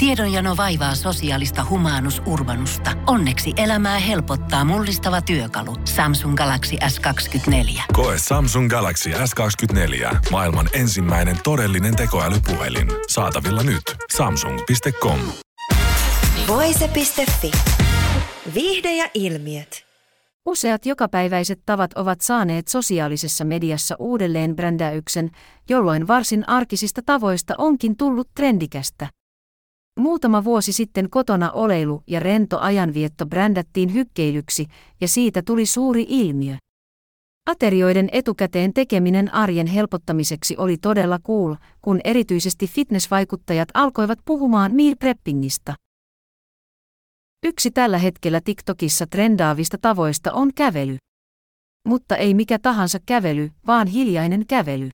Tiedonjano vaivaa sosiaalista humanus urbanusta. Onneksi elämää helpottaa mullistava työkalu. Samsung Galaxy S24. Koe Samsung Galaxy S24. Maailman ensimmäinen todellinen tekoälypuhelin. Saatavilla nyt. Samsung.com. Voise.fi. Viihde ja ilmiöt. Useat jokapäiväiset tavat ovat saaneet sosiaalisessa mediassa uudelleen brändäyksen, jolloin varsin arkisista tavoista onkin tullut trendikästä. Muutama vuosi sitten kotona oleilu ja rento ajanvietto brändättiin hykkeilyksi ja siitä tuli suuri ilmiö. Aterioiden etukäteen tekeminen arjen helpottamiseksi oli todella cool, kun erityisesti fitnessvaikuttajat alkoivat puhumaan meal preppingistä. Yksi tällä hetkellä TikTokissa trendaavista tavoista on kävely. Mutta ei mikä tahansa kävely, vaan hiljainen kävely.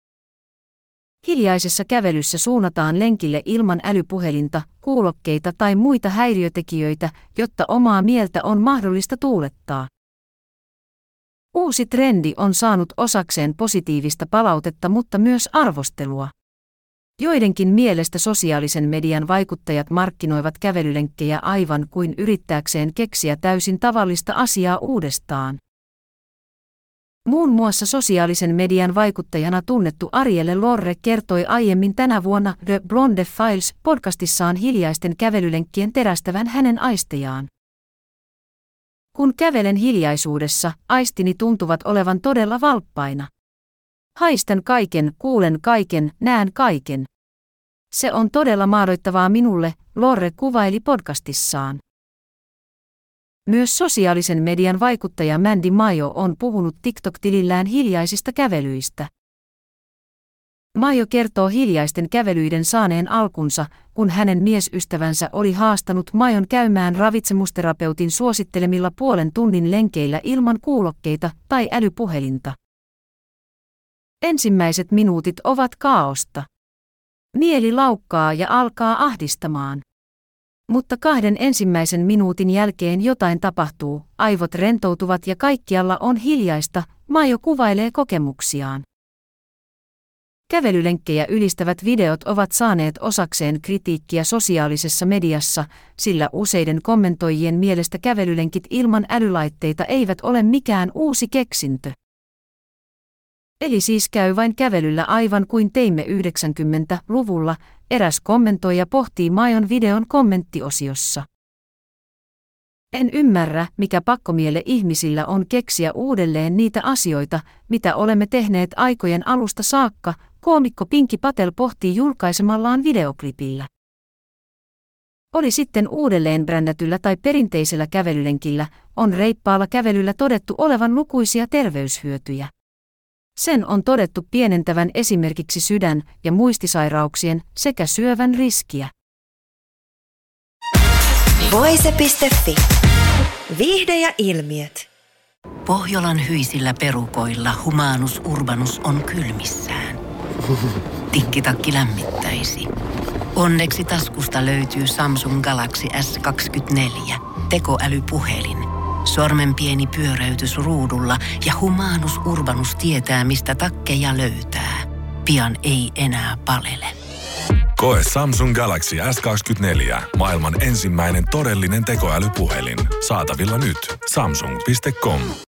Hiljaisessa kävelyssä suunnataan lenkille ilman älypuhelinta, kuulokkeita tai muita häiriötekijöitä, jotta omaa mieltä on mahdollista tuulettaa. Uusi trendi on saanut osakseen positiivista palautetta, mutta myös arvostelua. Joidenkin mielestä sosiaalisen median vaikuttajat markkinoivat kävelylenkkejä aivan kuin yrittääkseen keksiä täysin tavallista asiaa uudestaan. Muun muassa sosiaalisen median vaikuttajana tunnettu Arielle Lorre kertoi aiemmin tänä vuonna The Blonde Files podcastissaan hiljaisten kävelylenkkien terästävän hänen aistejaan. Kun kävelen hiljaisuudessa, aistini tuntuvat olevan todella valppaina. Haistan kaiken, kuulen kaiken, näen kaiken. Se on todella maadoittavaa minulle, Lorre kuvaili podcastissaan. Myös sosiaalisen median vaikuttaja Mandy Mayo on puhunut TikTok-tilillään hiljaisista kävelyistä. Mayo kertoo hiljaisten kävelyiden saaneen alkunsa, kun hänen miesystävänsä oli haastanut Mayon käymään ravitsemusterapeutin suosittelemilla puolen tunnin lenkeillä ilman kuulokkeita tai älypuhelinta. Ensimmäiset minuutit ovat kaaosta. Mieli laukkaa ja alkaa ahdistamaan. Mutta 2 ensimmäisen minuutin jälkeen jotain tapahtuu, aivot rentoutuvat ja kaikkialla on hiljaista, Mayo kuvailee kokemuksiaan. Kävelylenkkejä ylistävät videot ovat saaneet osakseen kritiikkiä sosiaalisessa mediassa, sillä useiden kommentoijien mielestä kävelylenkit ilman älylaitteita eivät ole mikään uusi keksintö. Eli siis käy vain kävelyllä aivan kuin teimme 90-luvulla, eräs kommentoija pohtii Mayon videon kommenttiosiossa. En ymmärrä, mikä pakkomielle ihmisillä on keksiä uudelleen niitä asioita, mitä olemme tehneet aikojen alusta saakka, koomikko Pinky Patel pohtii julkaisemallaan videoklipillä. Oli sitten uudelleen brändätyllä tai perinteisellä kävelylenkillä, on reippaalla kävelyllä todettu olevan lukuisia terveyshyötyjä. Sen on todettu pienentävän esimerkiksi sydän- ja muistisairauksien sekä syövän riskiä. Voise.fi. Viihde ja ilmiöt. Pohjolan hyisillä perukoilla humanus urbanus on kylmissään. Tikkitakki lämmittäisi. Onneksi taskusta löytyy Samsung Galaxy S24, tekoälypuhelin. Sormen pieni pyöräytys ruudulla ja humanus urbanus tietää, mistä takkeja löytää. Pian ei enää palele. Koe Samsung Galaxy S24. Maailman ensimmäinen todellinen tekoälypuhelin. Saatavilla nyt. Samsung.com.